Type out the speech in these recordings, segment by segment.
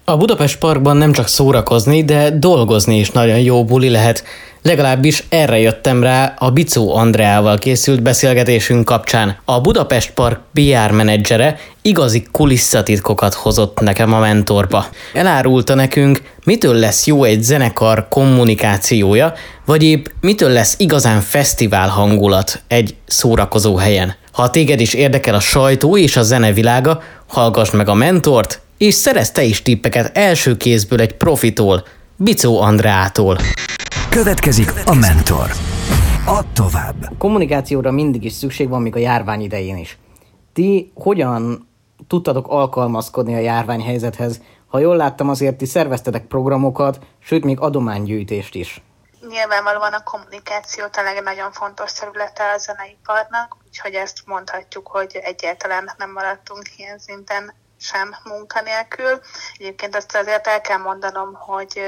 A Budapest Parkban nem csak szórakozni, de dolgozni is nagyon jó buli lehet. Legalábbis erre jöttem rá a Bicó Andreával készült beszélgetésünk kapcsán. A Budapest Park PR menedzsere igazi kulisszatitkokat hozott nekem a mentorba. Elárulta nekünk, mitől lesz jó egy zenekar kommunikációja, vagy épp mitől lesz igazán fesztivál hangulat egy szórakozó helyen. Ha téged is érdekel a sajtó és a zenevilága, hallgass meg a mentort, és szerezz te is tippeket első kézből egy profitól, Bicó Andreától. Következik a mentor. Add tovább. Kommunikációra mindig is szükség van, még a járvány idején is. Ti hogyan tudtatok alkalmazkodni a járványhelyzethez? Ha jól láttam, azért ti szerveztetek programokat, sőt még adománygyűjtést is. Nyilvánvalóan a kommunikáció tényleg nagyon fontos területe a zeneiparnak, úgyhogy ezt mondhatjuk, hogy egyáltalán nem maradtunk ilyen szinten sem munkanélkül. Egyébként azt azért el kell mondanom, hogy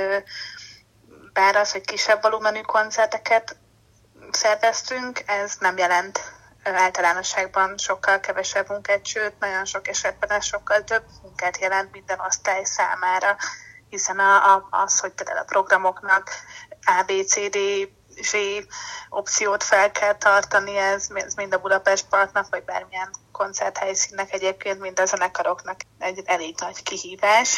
bár az, hogy kisebb volumenű koncerteket szerveztünk, ez nem jelent általánosságban sokkal kevesebb munkát, sőt, nagyon sok esetben ez sokkal több munkát jelent minden osztály számára, hiszen az, hogy például a programoknak A, B, C, D, Z opciót fel kell tartani, ez mind a Budapest Parknak, vagy bármilyen koncerthelyszínnek egyébként, mind a zenekaroknak egy elég nagy kihívás.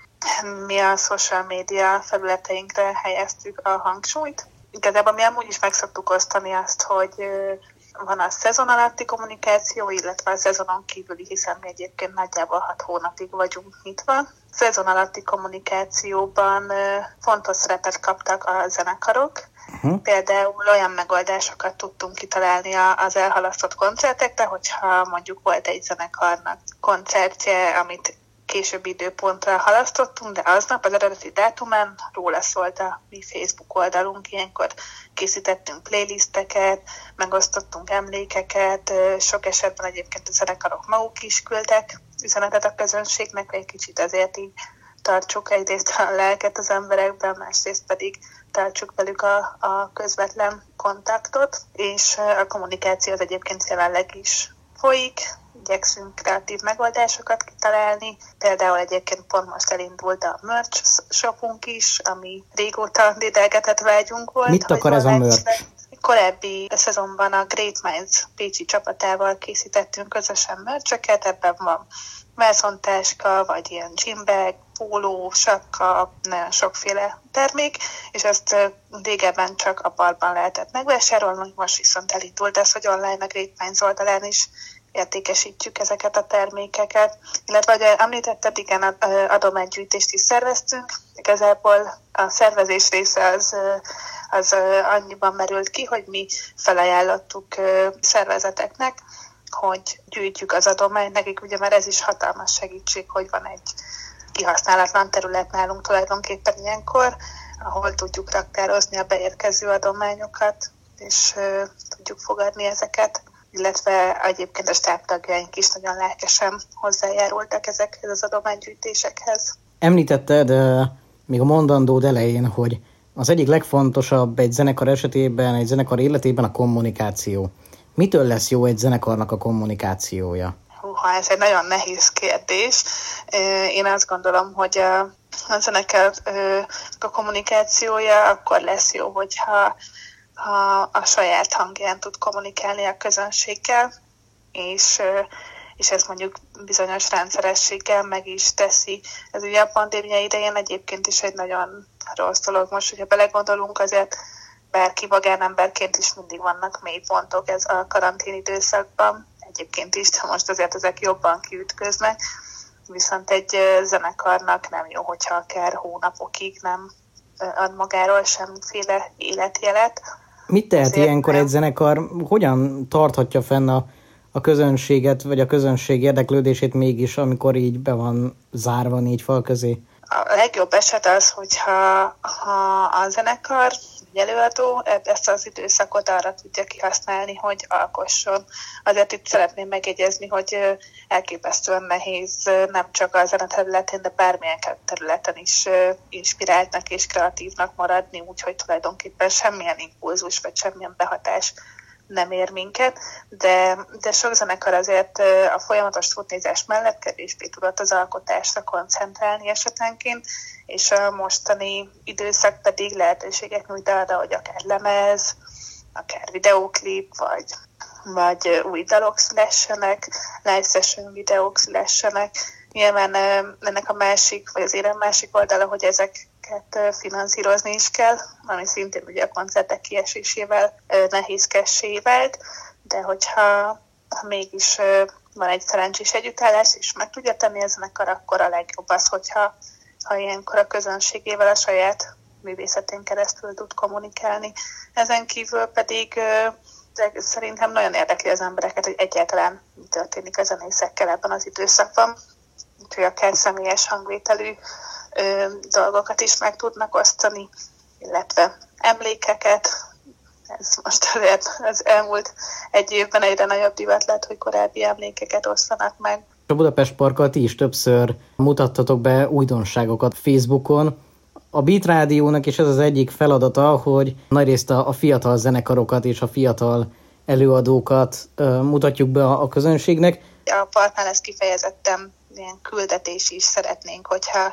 Mi a social media felületeinkre helyeztük a hangsúlyt. Igazából mi amúgy is meg szoktuk osztani azt, hogy van a szezon alatti kommunikáció, illetve a szezonon kívüli, hiszen mi egyébként nagyjából 6 hónapig vagyunk nyitva. A szezon alatti kommunikációban fontos szerepet kaptak a zenekarok. Például olyan megoldásokat tudtunk kitalálni az elhalasztott koncertekre, hogyha mondjuk volt egy zenekarnak koncertje, amit későbbi időpontra halasztottunk, de aznap az eredeti dátumán róla szólt a mi Facebook oldalunk, ilyenkor készítettünk playlisteket, megosztottunk emlékeket, sok esetben egyébként a zenekarok maguk is küldtek üzenetet a közönségnek, egy kicsit azért így tartsuk egyrészt a lelket az emberekben, másrészt pedig tartsuk velük a közvetlen kontaktot, és a kommunikáció az egyébként jelenleg is folyik, igyekszünk kreatív megoldásokat kitalálni. Például egyébként pont most elindult a merch shopunk is, ami régóta dédelgetett vágyunk volt. Mit akar ez a merch? Korábbi szezonban a Great Minds pécsi csapatával készítettünk közösen mercheket, ebben van vászontáska, vagy ilyen gymbag, póló, sapka, nagyon sokféle termék, és ezt régebben csak a parkban lehetett megvásárolni, most viszont elindult ez, hogy online a Great Minds oldalán is értékesítjük ezeket a termékeket. Illetve, ahogy említetted, igen, adománygyűjtést is szerveztünk. Igazából a szervezés része az annyiban merült ki, hogy mi felajánlottuk szervezeteknek, hogy gyűjtjük az adományt. Nekik ugye már ez is hatalmas segítség, hogy van egy kihasználatlan terület nálunk tulajdonképpen ilyenkor, ahol tudjuk raktározni a beérkező adományokat, és tudjuk fogadni ezeket, illetve egyébként a stábtagjaink is nagyon lelkesen hozzájárultak ezekhez az adománygyűjtésekhez. Említetted még a mondandód elején, hogy az egyik legfontosabb egy zenekar esetében, egy zenekar életében a kommunikáció. Mitől lesz jó egy zenekarnak a kommunikációja? Húha, ez egy nagyon nehéz kérdés. Én azt gondolom, hogy a zenekar a kommunikációja akkor lesz jó, hogyha a saját hangján tud kommunikálni a közönséggel, és ezt mondjuk bizonyos rendszerességgel meg is teszi. Ez ugye a pandémia idején egyébként is egy nagyon rossz dolog. Most, hogyha belegondolunk, azért bárki magánemberként is mindig vannak mélypontok ez a karantén időszakban. Egyébként is, de most azért ezek jobban kiütköznek. Viszont egy zenekarnak nem jó, hogyha akár hónapokig nem ad magáról semmiféle életjelet. Mit tehet ilyenkor egy zenekar? Hogyan tarthatja fenn a közönséget, vagy a közönség érdeklődését mégis, amikor így be van zárva 4 fal közé? A legjobb eset az, hogyha a zenekar, egy előadó ezt az időszakot arra tudja kihasználni, hogy alkosson. Azért itt szeretném megjegyezni, hogy elképesztően nehéz nem csak a zeneterületén, de bármilyen területen is inspiráltnak és kreatívnak maradni, úgyhogy tulajdonképpen semmilyen impulzus vagy semmilyen behatás nem ér minket, de sok zenekar azért a folyamatos túlnézés mellett kevésbé tudott az alkotásra koncentrálni esetenként, és a mostani időszak pedig lehetőséget nyújt arra, hogy akár lemez, akár videóklip, vagy új dalok szülessenek, live session videók szülessenek. Nyilván ennek a másik, vagy az érem másik oldala, hogy ezeket finanszírozni is kell, ami szintén ugye a koncertek kiesésével nehézkessé vált, de hogyha mégis van egy szerencsés együttállás, és meg tudja tenni a zenekar, akkor a legjobb az, hogyha ilyenkor a közönségével a saját művészetén keresztül tud kommunikálni. Ezen kívül pedig szerintem nagyon érdekli az embereket, hogy egyáltalán mi történik a zenészekkel ebben az időszakban. Úgyhogy akár személyes hangvételű dolgokat is meg tudnak osztani, illetve emlékeket. Ez most azért az elmúlt egy évben egyre nagyobb divat lett, hogy korábbi emlékeket osztanak meg. A Budapest Parkkal ti is többször mutattatok be újdonságokat Facebookon. A Beat Rádiónak is ez az egyik feladata, hogy nagyrészt a fiatal zenekarokat és a fiatal előadókat mutatjuk be a közönségnek. A parknál ez kifejezetten ilyen küldetés is szeretnénk, hogyha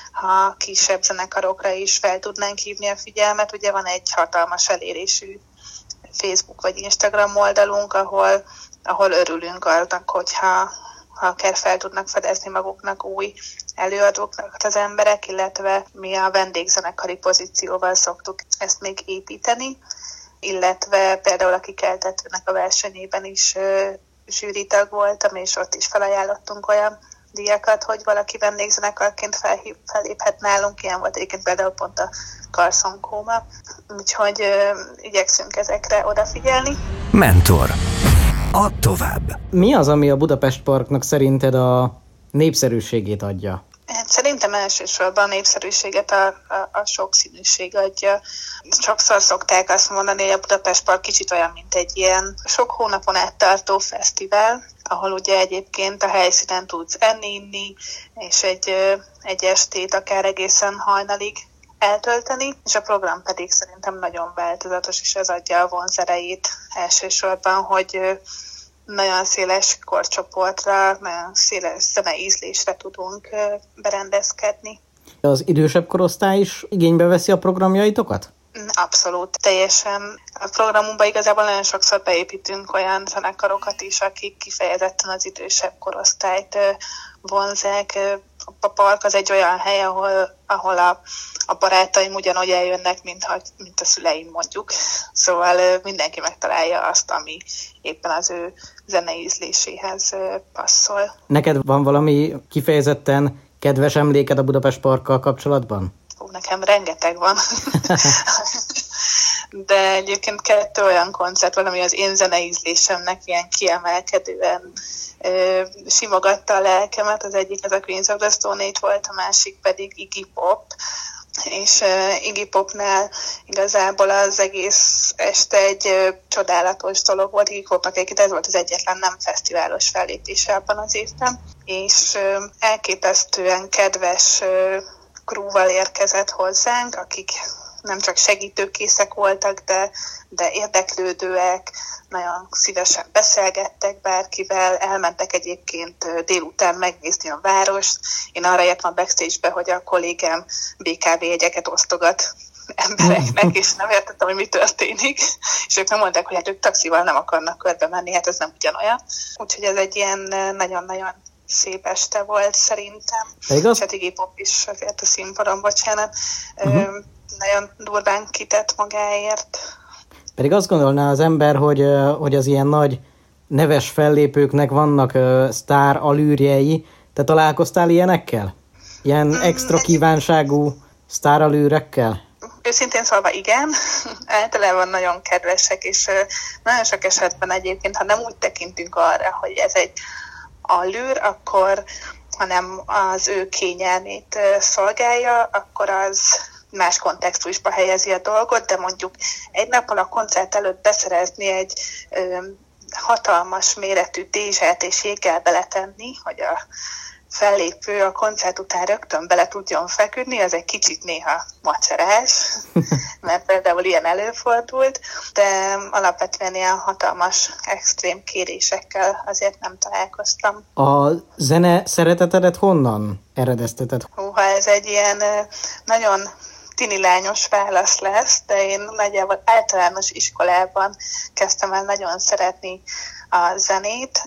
kisebb zenekarokra is fel tudnánk hívni a figyelmet. Ugye van egy hatalmas elérésű Facebook vagy Instagram oldalunk, ahol örülünk annak, hogyha akár fel tudnak fedezni maguknak új előadóknak az emberek, illetve mi a vendégzenekari pozícióval szoktuk ezt még építeni, illetve például a Kikeltetőnek a versenyében is zsűritag voltam, és ott is felajánlottunk olyan díjakat, hogy valaki vendégzenekarként felléphet nálunk. Ilyen volt egyébként például pont a Carson Coma. Úgyhogy igyekszünk ezekre odafigyelni. Mentor. Add tovább. Mi az, ami a Budapest Parknak szerinted a népszerűségét adja? Hát szerintem elsősorban a népszerűséget a sokszínűség adja. Sokszor szokták azt mondani, hogy a Budapest Park kicsit olyan, mint egy ilyen sok hónapon át tartó fesztivál, ahol ugye egyébként a helyszínen tudsz enni, inni, és egy estét akár egészen hajnalig eltölteni, és a program pedig szerintem nagyon változatos, és ez adja a vonzerejét elsősorban, hogy nagyon széles korcsoportra, nagyon széles zeneízlésre tudunk berendezkedni. Az idősebb korosztály is igénybe veszi a programjaitokat? Abszolút, teljesen. A programunkban igazából nagyon sokszor beépítünk olyan zenekarokat is, akik kifejezetten az idősebb korosztályt vonzák. A park az egy olyan hely, ahol a barátaim ugyanúgy eljönnek, mint a szüleim mondjuk. Szóval mindenki megtalálja azt, ami éppen az ő zenei ízléséhez passzol. Neked van valami kifejezetten kedves emléked a Budapest Parkkal kapcsolatban? Nekem rengeteg van. De egyébként 2 olyan koncert van, ami az én zenei ízlésemnek ilyen kiemelkedően simogatta a lelkemet. Az egyik az a Queens of the Stone Age volt, a másik pedig Iggy Pop. És Iggy Popnál igazából az egész este egy csodálatos dolog volt. Iggy Popnak egyébként ez volt az egyetlen nem fesztiválos fellépése abban az évben, és elképesztően kedves crewval érkezett hozzánk, akik nem csak segítőkészek voltak, de érdeklődőek, nagyon szívesen beszélgettek bárkivel, elmentek egyébként délután megnézni a várost. Én arra értem a backstage-be, hogy a kollégám BKV jegyeket osztogat embereknek, és nem értettem, hogy mi történik. És ők nem mondták, hogy hát ők taxival nem akarnak körbe menni, hát ez nem ugyanolyan. Úgyhogy ez egy ilyen nagyon-nagyon szép este volt szerintem. És hát Iggy Pop is azért a színpadon, bocsánat, nagyon durván kitett magáért. Pedig azt gondolná az ember, hogy az ilyen nagy neves fellépőknek vannak sztár alűrjei. Te találkoztál ilyenekkel? Ilyen extra kívánságú sztár alűrekkel? Őszintén szólva igen, általában nagyon kedvesek, és nagyon sok esetben egyébként, ha nem úgy tekintünk arra, hogy ez egy allűr, akkor, hanem az ő kényelmét szolgálja, akkor az más kontextusba helyezi a dolgot, de mondjuk egy nappal a koncert előtt beszerezni egy hatalmas méretű dézsát és jéggel beletenni, hogy a fellépő a koncert után rögtön bele tudjon feküdni, az egy kicsit néha macerás, mert például ilyen előfordult, de alapvetően ilyen hatalmas, extrém kérésekkel azért nem találkoztam. A zene szeretetedet honnan eredezteted? Húha, ez egy ilyen nagyon tinilányos válasz lesz, de én nagyjából általános iskolában kezdtem el nagyon szeretni a zenét,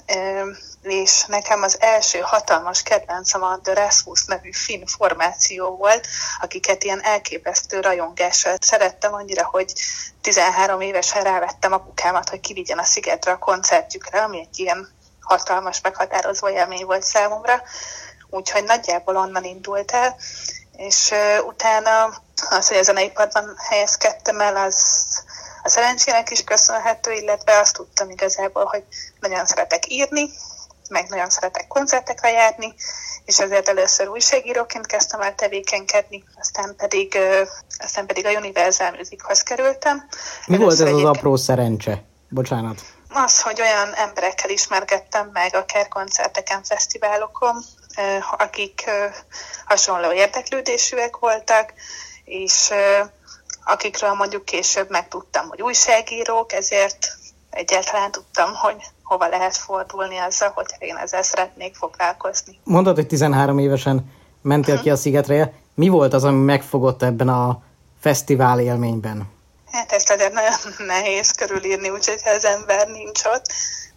és nekem az első hatalmas kedvencem a The Rasmus nevű finn formáció volt, akiket ilyen elképesztő rajongással szerettem annyira, hogy 13 évesen rávettem apukámat, hogy kivigyen a Szigetre a koncertjükre, ami egy ilyen hatalmas, meghatározó élmény volt számomra. Úgyhogy nagyjából onnan indult el, és utána az, hogy a zeneiparban helyezkedtem el, az a szerencsének is köszönhető, illetve azt tudtam igazából, hogy nagyon szeretek írni, meg nagyon szeretek koncertekre járni, és ezért először újságíróként kezdtem el tevékenykedni, aztán pedig a Universal Musichoz kerültem. Mi volt ez az apró szerencse? Bocsánat. Az, hogy olyan emberekkel ismerkedtem meg akár koncerteken, fesztiválokon, akik hasonló érdeklődésűek voltak, és akikről mondjuk később megtudtam, hogy újságírók, ezért egyáltalán tudtam, hogy hova lehet fordulni azzal, hogy én ezzel szeretnék foglalkozni. Mondod, hogy 13 évesen mentél ki a Szigetre. Mi volt az, ami megfogott ebben a fesztivál élményben? Hát ezt azért nagyon nehéz körülírni, úgyhogy az ember nincs ott.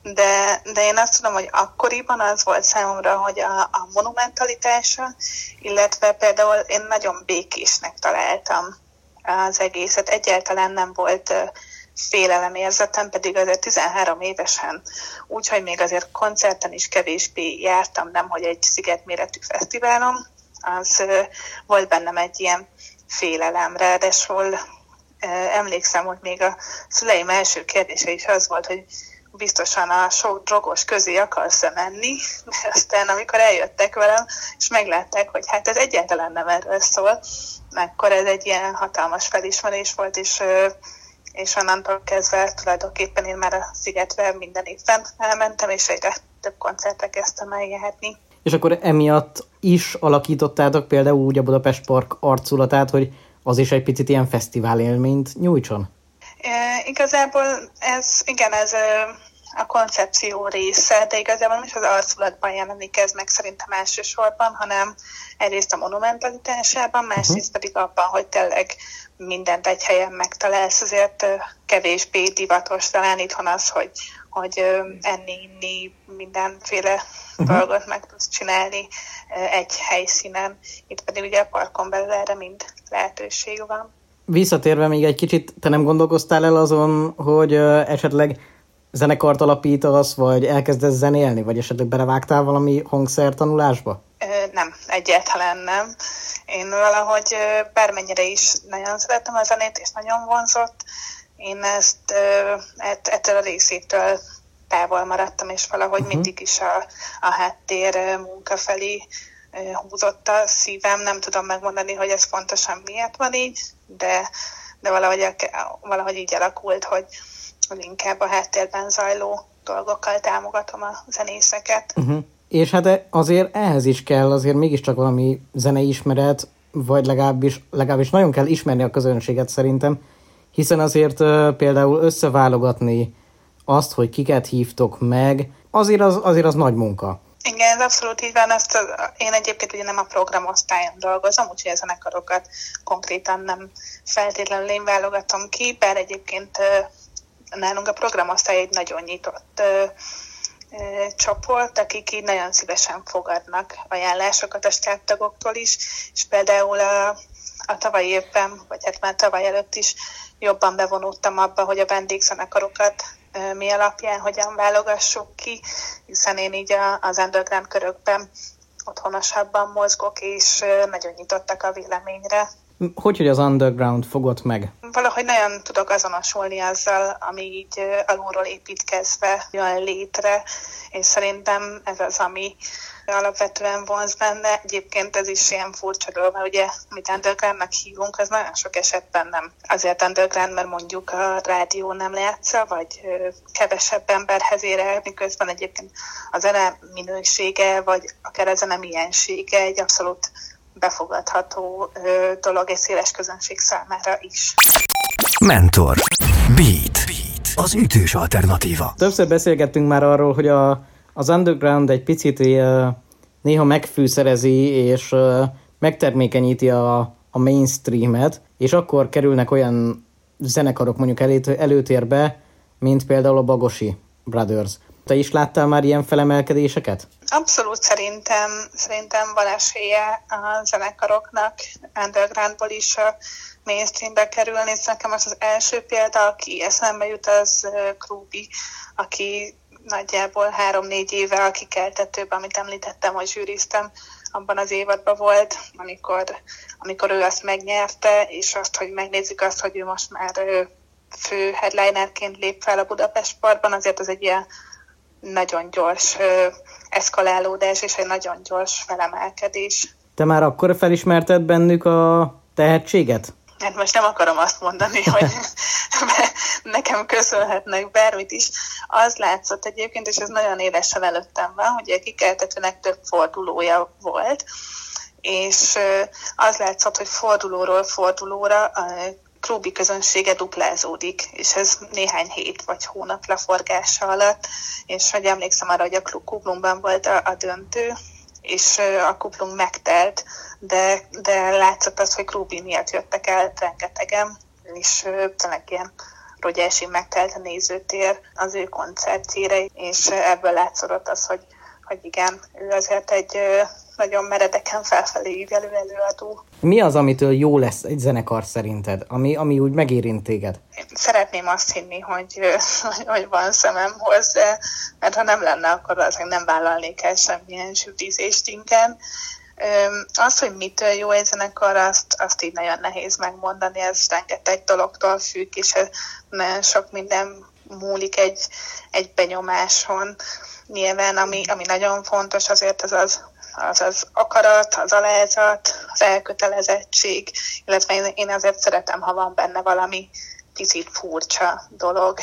De én azt tudom, hogy akkoriban az volt számomra, hogy a monumentalitása, illetve például én nagyon békésnek találtam az egészet. Egyáltalán nem volt félelemérzetem, pedig azért 13 évesen, úgyhogy még azért koncerten is kevésbé jártam, nem hogy egy szigetméretű fesztiválon, az volt bennem egy ilyen félelem. Ráadásul emlékszem, hogy még a szüleim első kérdése is az volt, hogy biztosan a sok drogos közé akarsz menni, de aztán amikor eljöttek velem, és meglátták, hogy hát ez egyáltalán nem erről szól, akkor ez egy ilyen hatalmas felismerés volt, és onnantól kezdve tulajdonképpen én már a Szigetre minden évben elmentem, és egyre több koncertre kezdtem el járni. És akkor emiatt is alakítottátok például úgy a Budapest Park arculatát, hogy az is egy picit ilyen fesztivál élményt nyújtson? Igazából ez a koncepció része, de igazából nem is az arculatban jelenik ez meg szerintem elsősorban, hanem egyrészt a monumentalitásában, másrészt pedig abban, hogy tényleg mindent egy helyen megtalálsz, azért kevésbé divatos talán itthon az, hogy enni, inni, mindenféle dolgot meg tudsz csinálni egy helyszínen. Itt pedig ugye a parkon belül erre mind lehetőség van. Visszatérve még egy kicsit, te nem gondolkoztál el azon, hogy esetleg zenekart alapítasz, vagy elkezdesz zenélni, vagy esetleg belevágtál valami hangszertanulásba? Nem, egyáltalán nem. Én valahogy bármennyire is nagyon szeretem a zenét, és nagyon vonzott, én ettől a részétől távol maradtam, és valahogy mindig is a háttér munka felé húzott a szívem. Nem tudom megmondani, hogy ez pontosan miért van így, de valahogy így alakult, hogy inkább a háttérben zajló dolgokkal támogatom a zenészeket. És hát azért ehhez is kell azért mégiscsak valami zenei ismeret, vagy legalábbis nagyon kell ismerni a közönséget szerintem, hiszen azért például összeválogatni azt, hogy kiket hívtok meg, azért az nagy munka. Igen, ez abszolút így van. Én egyébként ugye nem a programosztályon dolgozom, úgyhogy a zenekarokat konkrétan nem feltétlenül én válogatom ki, bár egyébként nálunk a programosztály egy nagyon nyitott csoport, akik így nagyon szívesen fogadnak ajánlásokat a stábtagoktól is, és például a tavalyi évben, vagy hát már tavaly előtt is jobban bevonultam abba, hogy a vendégzenekarokat mi alapján hogyan válogassuk ki, hiszen én így az underground körökben otthonosabban mozgok, és nagyon nyitottak a véleményre. Hogy az underground fogott meg? Valahogy nagyon tudok azonosulni azzal, ami így alulról építkezve jön létre, és szerintem ez az, ami alapvetően vonz benne. Egyébként ez is ilyen furcsa dolog, mert ugye, amit undergroundnak hívunk, az nagyon sok esetben nem azért underground, mert mondjuk a rádió nem játsza, vagy kevesebb emberhez ér el, miközben egyébként a zene minősége, vagy akár a zene miensége egy abszolút befogadható dolog egy széles közönség számára is. Mentor. Beat. Az ütős alternatíva. Többször beszélgettünk már arról, hogy az underground egy picit néha megfűszerezi és megtermékenyíti a mainstreamet, és akkor kerülnek olyan zenekarok mondjuk előtérbe, mint például a Bagosi Brothers. Te is láttál már ilyen felemelkedéseket? Abszolút szerintem van esélye a zenekaroknak undergroundból is a mainstreambe kerülni. Nekem az első példa, aki eszembe jut, az Krúbi, aki nagyjából 3-4 éve a Kikeltetőben, amit említettem, hogy zsűriztem, abban az évadban volt, amikor ő azt megnyerte, és azt, hogy megnézzük azt, hogy ő most már fő headlinerként lép fel a Budapest Parkban, azért az egy ilyen nagyon gyors eszkalálódás és egy nagyon gyors felemelkedés. Te már akkor felismerted bennük a tehetséget? Hát most nem akarom azt mondani, hogy nekem köszönhetnek bármit is. Az látszott egyébként, és ez nagyon élesen előttem van, hogy a Kikeltetőnek több fordulója volt, és az látszott, hogy fordulóról fordulóra a Krúbi közönsége duplázódik, és ez néhány hét vagy hónap leforgása alatt, és hogy emlékszem arra, hogy a Kuplungban volt a döntő, és a Kuplung megtelt, de látszott az, hogy Krúbi miatt jöttek el rengetegen, és tényleg ilyen rogyási megtelt a nézőtér az ő koncertjére, és ebből látszott az, hogy igen, ő azért egy nagyon meredeken felfelé ívelő előadó. Mi az, amitől jó lesz egy zenekar szerinted, ami úgy megérint téged? Én szeretném azt hinni, hogy van szemem hozzá, mert ha nem lenne, akkor azért nem vállalnék el semmilyen zsűrizést inkább. Az, hogy mitől jó egy zenekar, azt így nagyon nehéz megmondani, ez rengeteg dologtól függ, és nagyon sok minden múlik egy benyomáson. Nyilván, ami nagyon fontos azért az akarat, az alázat, az elkötelezettség, illetve én azért szeretem, ha van benne valami picit furcsa dolog,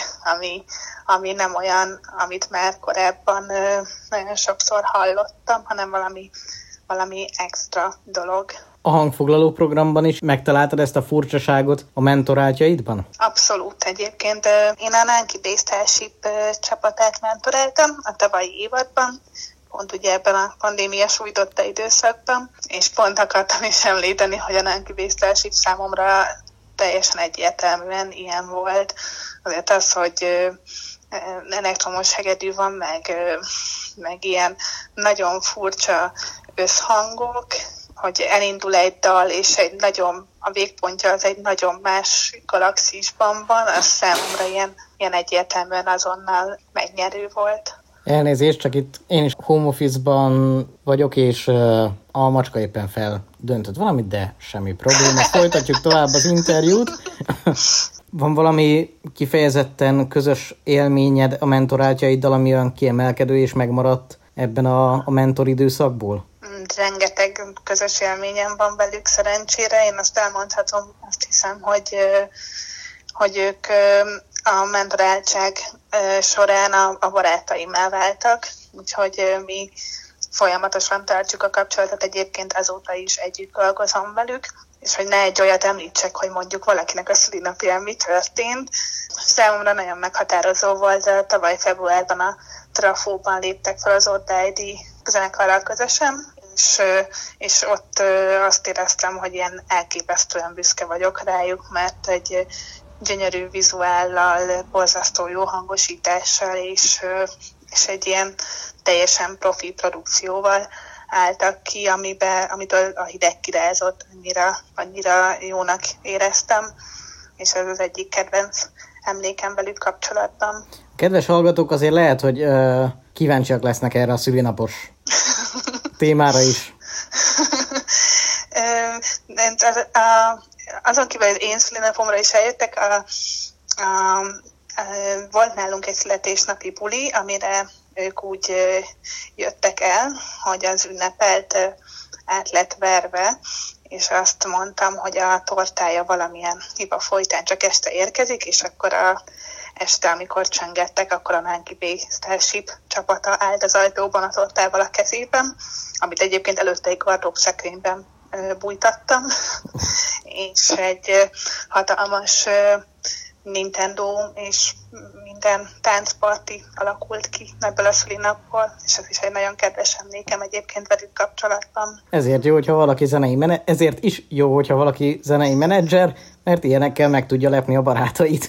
ami nem olyan, amit már korábban nagyon sokszor hallottam, hanem valami extra dolog. A hangfoglaló programban is megtaláltad ezt a furcsaságot a mentorátjaidban? Abszolút. Egyébként én a Nánki Bass Starship csapatát mentoráltam a tavalyi évadban, pont ugye ebben a pandémia sújtotta időszakban, és pont akartam is említeni, hogy a Nánki Bass Starship számomra teljesen egyértelműen ilyen volt. Azért az, hogy elektromos hegedű van, meg ilyen nagyon furcsa összhangok, hogy elindul egy dal, és a végpontja az egy nagyon más galaxisban van, az számomra ilyen egyértelműen azonnal megnyerő volt. Elnézést, csak itt én is home office-ban vagyok, és a macska éppen feldöntött valamit, de semmi probléma. Folytatjuk tovább az interjút. Van valami kifejezetten közös élményed a mentorátjaiddal, ami olyan kiemelkedő és megmaradt ebben a mentor időszakból? Rengeteg közös élményem van velük szerencsére. Én azt elmondhatom, azt hiszem, hogy ők a mentoráltság során a barátaimmá váltak, úgyhogy mi folyamatosan tartjuk a kapcsolatot, egyébként azóta is együtt dolgozom velük, és hogy ne egy olyat említsek, hogy mondjuk valakinek a szülinapján mi történt. Számomra nagyon meghatározó volt, tavaly februárban a Trafóban léptek fel az Odd-ID zenekarral közösen, és ott azt éreztem, hogy ilyen elképesztően büszke vagyok rájuk, mert egy gyönyörű vizuállal, borzasztó jó hangosítással, és egy ilyen teljesen profi produkcióval álltak ki, amitől a hideg kirázott, annyira jónak éreztem, és ez az egyik kedvenc emlékem velük kapcsolatban. Kedves hallgatók, azért lehet, hogy kíváncsiak lesznek erre a szülinapos témára is. Azon kívül az én szülinapomra is eljöttek, volt nálunk egy születésnapi buli, amire ők úgy jöttek el, hogy az ünnepelt át lett verve, és azt mondtam, hogy a tortája valamilyen hiba folytán csak este érkezik, és akkor este, amikor csöngettek, akkor a Monkey Bay Starship csapata állt az ajtóban a tortával a kezében, amit egyébként előtte egy gardróbszekrényben bújtattam, és egy hatalmas Nintendo és minden táncparti alakult ki ebből a szülinapból, és ez is egy nagyon kedves emlékem egyébként velük kapcsolatban. Ezért is jó, hogyha valaki zenei menedzser, mert ilyenekkel meg tudja lepni a barátait.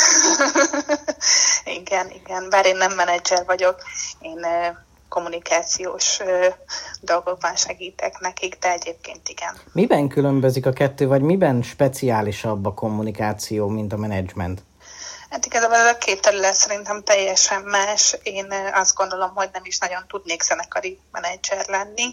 Igen, bár én nem menedzser vagyok, én kommunikációs dolgokban segítek nekik, de egyébként igen. Miben különbözik a kettő, vagy miben speciálisabb a kommunikáció, mint a menedzsment? Hát igazából a két terület szerintem teljesen más. Én azt gondolom, hogy nem is nagyon tudnék zenekari menedzser lenni.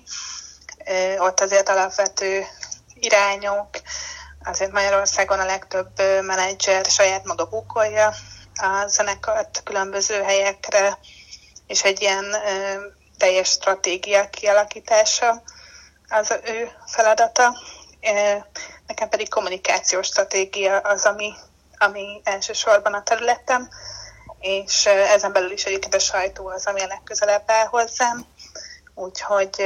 Ott azért alapvető irányok, azért Magyarországon a legtöbb menedzser saját maga bukolja a zenekart különböző helyekre, és egy ilyen teljes stratégia kialakítása az ő feladata. Nekem pedig kommunikációs stratégia az, ami elsősorban a területem, és ezen belül is egyébként a sajtó az, ami a legközelebb áll hozzám, úgyhogy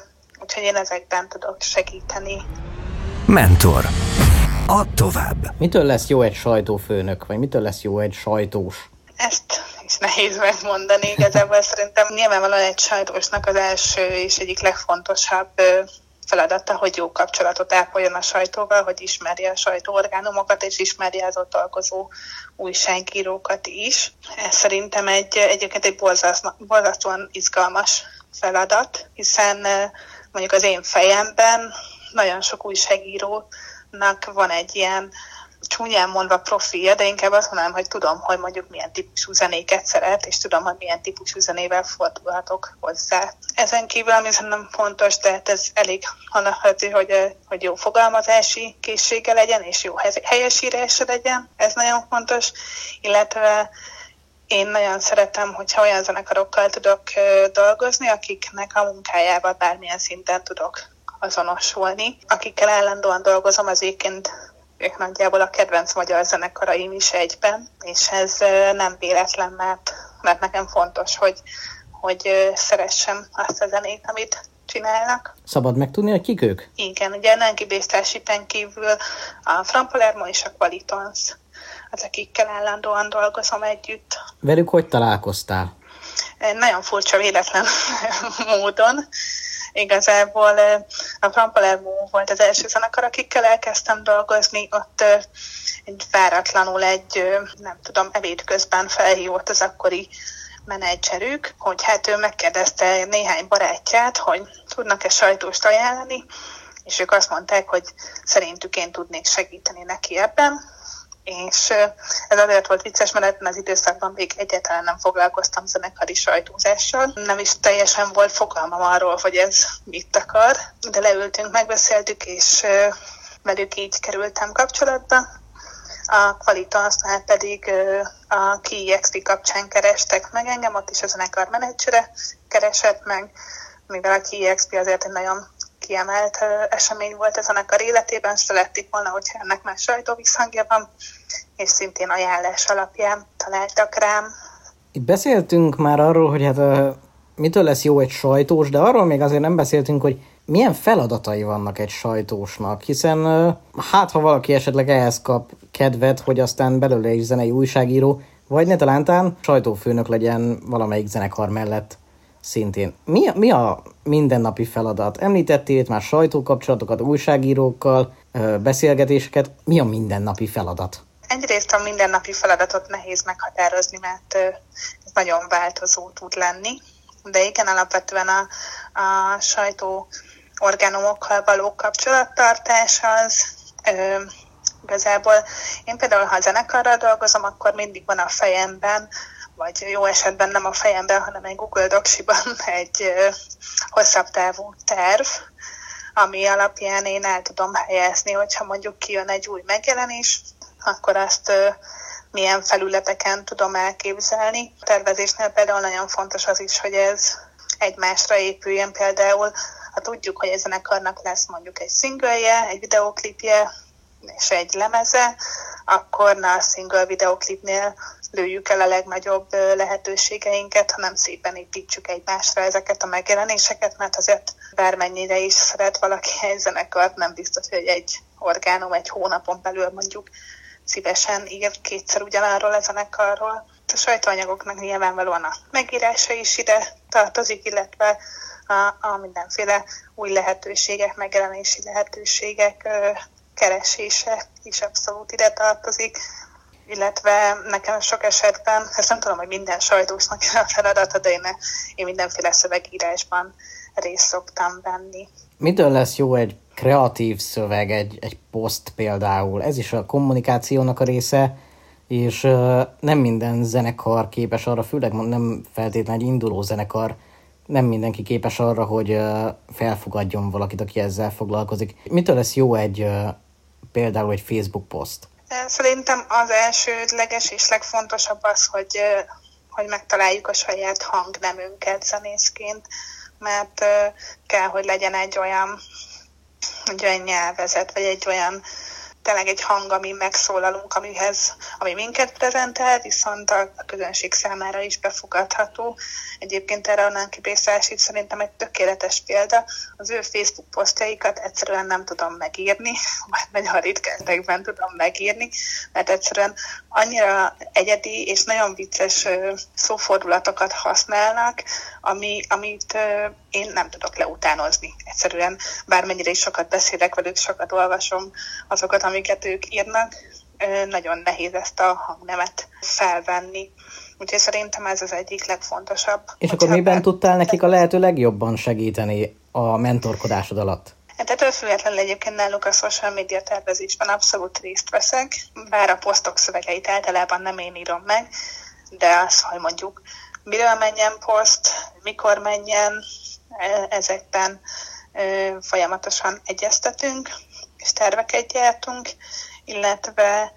én ezekben tudok segíteni. Mentor. Add tovább. Mitől lesz jó egy sajtófőnök, vagy mitől lesz jó egy sajtós? Ezt is nehéz megmondani. Igazából szerintem nyilvánvalóan egy sajtósnak az első és egyik legfontosabb feladata, hogy jó kapcsolatot ápoljon a sajtóval, hogy ismerje a sajtóorgánumokat, és ismerje az ott dolgozó újságírókat is. Ez szerintem egyébként egy borzasztóan izgalmas feladat, hiszen mondjuk az én fejemben nagyon sok újságírónak van egy ilyen csúnyán mondva profilja, de inkább azt mondanám, hogy tudom, hogy mondjuk milyen típusú zenéket szeret, és tudom, hogy milyen típusú zenével fordulhatok hozzá. Ezen kívül, ami szerintem fontos, tehát ez elég alapvető, hogy jó fogalmazási készsége legyen, és jó helyesírása legyen. Ez nagyon fontos, illetve én nagyon szeretem, hogyha olyan zenekarokkal tudok dolgozni, akiknek a munkájával bármilyen szinten tudok azonosulni. Akikkel állandóan dolgozom, az egyébként ők nagyjából a kedvenc magyar zenekaraim is egyben, és ez nem véletlen, mert nekem fontos, hogy szeressem azt a zenét, amit csinálnak. Szabad megtudni, hogy kik ők? Igen, ugye a Monkey Bay Starshipen kívül a Fran Palermo és a Qualitons, az akikkel állandóan dolgozom együtt. Velük hogy találkoztál? Nagyon furcsa, véletlen módon. Igazából a Fran Palermo volt az első zenekar, akikkel elkezdtem dolgozni, ott váratlanul ebéd közben felhívott az akkori menedzserük, hogy hát ő megkérdezte néhány barátját, hogy tudnak-e sajtóst ajánlani, és ők azt mondták, hogy szerintük én tudnék segíteni neki ebben. És ez azért volt vicces, mert ebben az időszakban még egyáltalán nem foglalkoztam zenekari sajtózással. Nem is teljesen volt fogalmam arról, hogy ez mit akar, de leültünk, megbeszéltük, és velük így kerültem kapcsolatba. A Qualitonsnál pedig a KeyXP kapcsán kerestek meg engem, ott is a zenekar menedzsere keresett meg, mivel a KeyXP azért egy nagyon kiemelt esemény volt a zenekar életében, szerették volna, hogyha ennek már sajtóvisszhangja van, és szintén ajánlás alapján találtak rám. Itt beszéltünk már arról, hogy mitől lesz jó egy sajtós, de arról még azért nem beszéltünk, hogy milyen feladatai vannak egy sajtósnak, hiszen ha valaki esetleg ehhez kap kedvet, hogy aztán belőle is zenei újságíró, vagy ne talántán sajtófőnök legyen valamelyik zenekar mellett szintén. Mi a mindennapi feladat? Említettél itt már sajtókapcsolatokat, újságírókkal, beszélgetéseket. Mi a mindennapi feladat? Egyrészt a mindennapi feladatot nehéz meghatározni, mert ez nagyon változó tud lenni, de igen, alapvetően a sajtó orgánumokkal való kapcsolattartás az igazából én például, ha zenekarral dolgozom, akkor mindig van a fejemben, vagy jó esetben nem a fejemben, hanem egy Google Docs-ban egy hosszabb távú terv, ami alapján én el tudom helyezni, hogyha mondjuk kijön egy új megjelenés, akkor azt milyen felületeken tudom elképzelni. A tervezésnél például nagyon fontos az is, hogy ez egymásra épüljön. Például, ha tudjuk, hogy a zenekarnak lesz mondjuk egy szingölje, egy videóklipje és egy lemeze, akkor a single videóklipnél lőjük el a legnagyobb lehetőségeinket, hanem szépen építsük egymásra ezeket a megjelenéseket, mert azért bármennyire is szeret valaki egy zenekart, nem biztos, hogy egy orgánum egy hónapon belül mondjuk szívesen ír kétszer ugyanarról a zenekarról. A sajtóanyagoknak nyilvánvalóan a megírása is ide tartozik, illetve a mindenféle új lehetőségek, megjelenési lehetőségek keresése is abszolút ide tartozik, illetve nekem sok esetben, ezt nem tudom, hogy minden sajtósnak a feladata, de én mindenféle szövegírásban részt szoktam venni. Mitől lesz jó egy kreatív szöveg, egy poszt például? Ez is a kommunikációnak a része, és nem minden zenekar képes arra, főleg nem feltétlenül egy induló zenekar, nem mindenki képes arra, hogy felfogadjon valakit, aki ezzel foglalkozik. Mitől lesz jó például egy Facebook poszt? Szerintem az elsődleges és legfontosabb az, hogy megtaláljuk a saját hangnemünket zenészként, mert kell, hogy legyen egy olyan nyelvezet, vagy tényleg egy hang, ami megszólalunk, ami minket prezentál, viszont a közönség számára is befogadható. Egyébként erre a Nanki Bészási szerintem egy tökéletes példa. Az ő Facebook posztjaikat egyszerűen nem tudom megírni, vagy nagyon ritka esetekben tudom megírni, mert egyszerűen annyira egyedi és nagyon vicces szófordulatokat használnak, amit én nem tudok leutánozni. Egyszerűen bármennyire is sokat beszélek velük, sokat olvasom azokat, amiket ők írnak, nagyon nehéz ezt a hangnemet felvenni. Úgyhogy szerintem ez az egyik legfontosabb. És akkor miben tudtál nekik a lehető legjobban segíteni a mentorkodásod alatt? Hát ettől függetlenül egyébként náluk a social media tervezésben abszolút részt veszek, bár a posztok szövegeit általában nem én írom meg, de az, hogy mondjuk miről menjen poszt, mikor menjen, ezekben folyamatosan egyeztetünk, és terveket gyártunk, illetve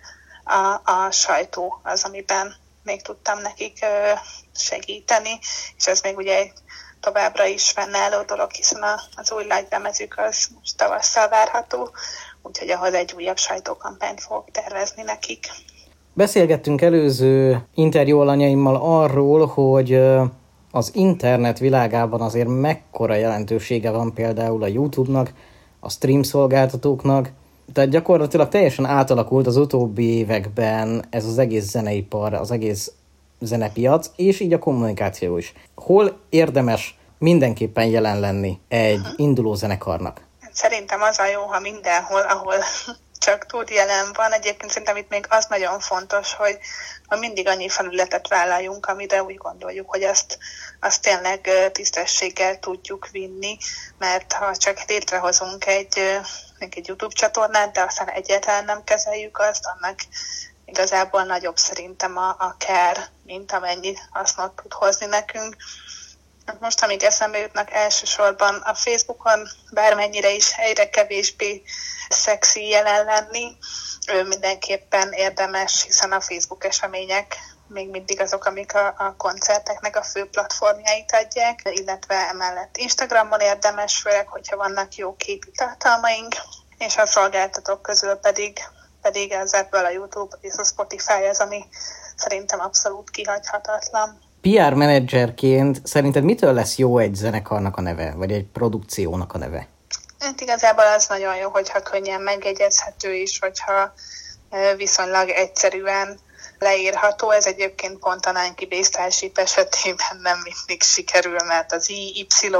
a sajtó az, amiben még tudtam nekik segíteni, és ez még ugye továbbra is fennálló dolog, hiszen az új lemezük az most tavasszal várható, úgyhogy ahhoz egy újabb sajtókampányt fogok tervezni nekik. Beszélgettünk előző interjú alanyaimmal arról, hogy az internet világában azért mekkora jelentősége van például a YouTube-nak, a stream szolgáltatóknak, tehát gyakorlatilag teljesen átalakult az utóbbi években ez az egész zeneipar, az egész zenepiac, és így a kommunikáció is. Hol érdemes mindenképpen jelen lenni egy induló zenekarnak? Szerintem az a jó, ha mindenhol, ahol csak tud, jelen van. Egyébként szerintem itt még az nagyon fontos, hogy mindig annyi felületet vállaljunk, amire úgy gondoljuk, hogy azt tényleg tisztességgel tudjuk vinni, mert ha csak létrehozunk egy YouTube csatornát, de aztán egyáltalán nem kezeljük azt, annak igazából nagyobb szerintem a kár, mint amennyi hasznot tud hozni nekünk. Most, amíg eszembe jutnak, elsősorban a Facebookon, bármennyire is egyre kevésbé szexi jelen lenni, mindenképpen érdemes, hiszen a Facebook események még mindig azok, amik a koncerteknek a fő platformjait adják, illetve emellett Instagramon érdemes, főleg, hogyha vannak jó képi tartalmaink, és a szolgáltatók közül pedig az ebből a YouTube és a Spotify az, ami szerintem abszolút kihagyhatatlan. PR menedzserként szerinted mitől lesz jó egy zenekarnak a neve, vagy egy produkciónak a neve? Hát igazából az nagyon jó, hogyha könnyen megjegyezhető is, hogyha viszonylag egyszerűen leírható. Ez egyébként pont a Nanki Bészási esetében nem mindig sikerül, mert az I, Y,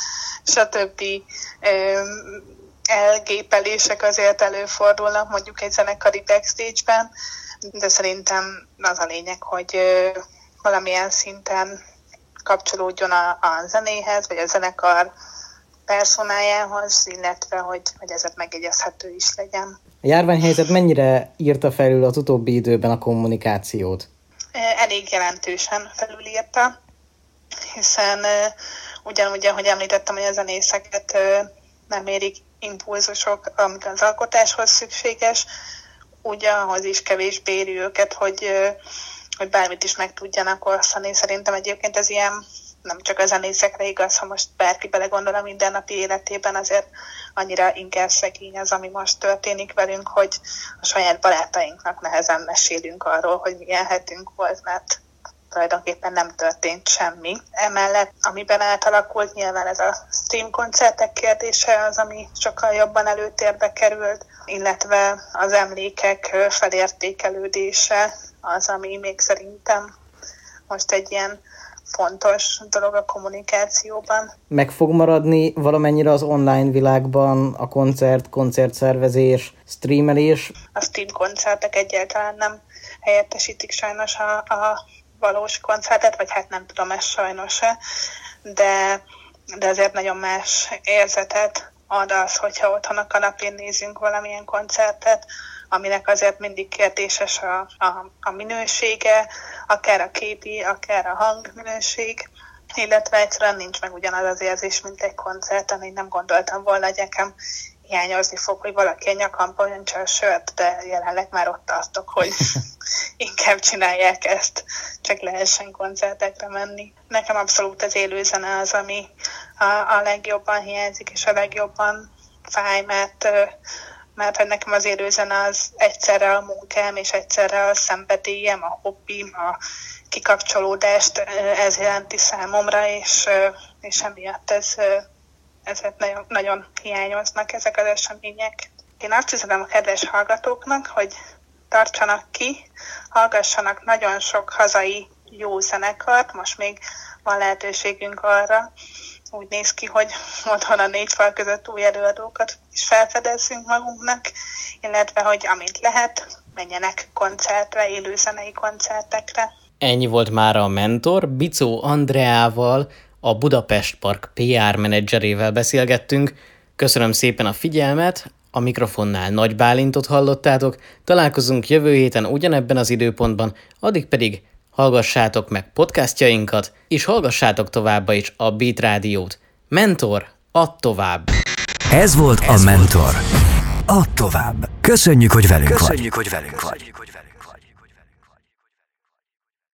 stb. Elgépelések azért előfordulnak mondjuk egy zenekari backstage-ben, de szerintem az a lényeg, hogy valamilyen szinten kapcsolódjon a zenéhez, vagy a zenekar personájához, illetve hogy ez megjegyezhető is legyen. A járványhelyzet mennyire írta felül az utóbbi időben a kommunikációt? Elég jelentősen felülírta, hiszen ugyanúgy, ahogy említettem, hogy a zenészeket nem érik impulzusok, amik az alkotáshoz szükséges, úgy ahhoz is kevésbé éri őket, hogy bármit is meg tudjanak osztani. Szerintem egyébként ez ilyen nem csak a zenészekre igaz, ha most bárki belegondol a mindennapi életében, azért annyira inkább szegény az, ami most történik velünk, hogy a saját barátainknak nehezen mesélünk arról, hogy milyen hetünk volt, mert tulajdonképpen nem történt semmi. Emellett, amiben átalakult, nyilván ez a stream koncertek kérdése az, ami sokkal jobban előtérbe került, illetve az emlékek felértékelődése az, ami még szerintem most egy ilyen fontos dolog a kommunikációban. Meg fog maradni valamennyire az online világban a koncertszervezés, streamelés? A stream koncertek egyáltalán nem helyettesítik sajnos a valós koncertet, vagy hát nem tudom, ez sajnos-e, de azért nagyon más érzetet ad az, hogyha otthon a kanapén nézünk valamilyen koncertet, aminek azért mindig kérdéses a minősége, akár a képi, akár a hangminőség, illetve egyszerűen nincs meg ugyanaz az érzés, mint egy koncerten. Én nem gondoltam volna, hogy nekem hiányozni fog, hogy valaki a nyakamba öntse a sört, de jelenleg már ott tartok, hogy inkább csinálják ezt, csak lehessen koncertekre menni. Nekem abszolút az élőzene az, ami a legjobban hiányzik, és a legjobban fáj, mert hogy nekem az élőzene az egyszerre a munkám, és egyszerre a szenvedélyem, a hobbim, a kikapcsolódást ez jelenti számomra, és emiatt ezért nagyon, nagyon hiányoznak ezek az események. Én azt üzenem a kedves hallgatóknak, hogy tartsanak ki, hallgassanak nagyon sok hazai jó zenekart, most még van lehetőségünk arra. Úgy néz ki, hogy otthon a 4 fal között új előadókat is felfedezzünk magunknak, illetve, hogy amint lehet, menjenek koncertre, élőzenei koncertekre. Ennyi volt már a Mentor. Bicó Andreával, a Budapest Park PR menedzserével beszélgettünk. Köszönöm szépen a figyelmet, a mikrofonnál Nagy Bálintot hallottátok. Találkozunk jövő héten ugyanebben az időpontban, addig pedig hallgassátok meg podcastjainkat, és hallgassátok továbbá is a Beat Rádiót. Mentor, add tovább! Ez volt a Mentor. Add tovább. Köszönjük, hogy velünk vagy.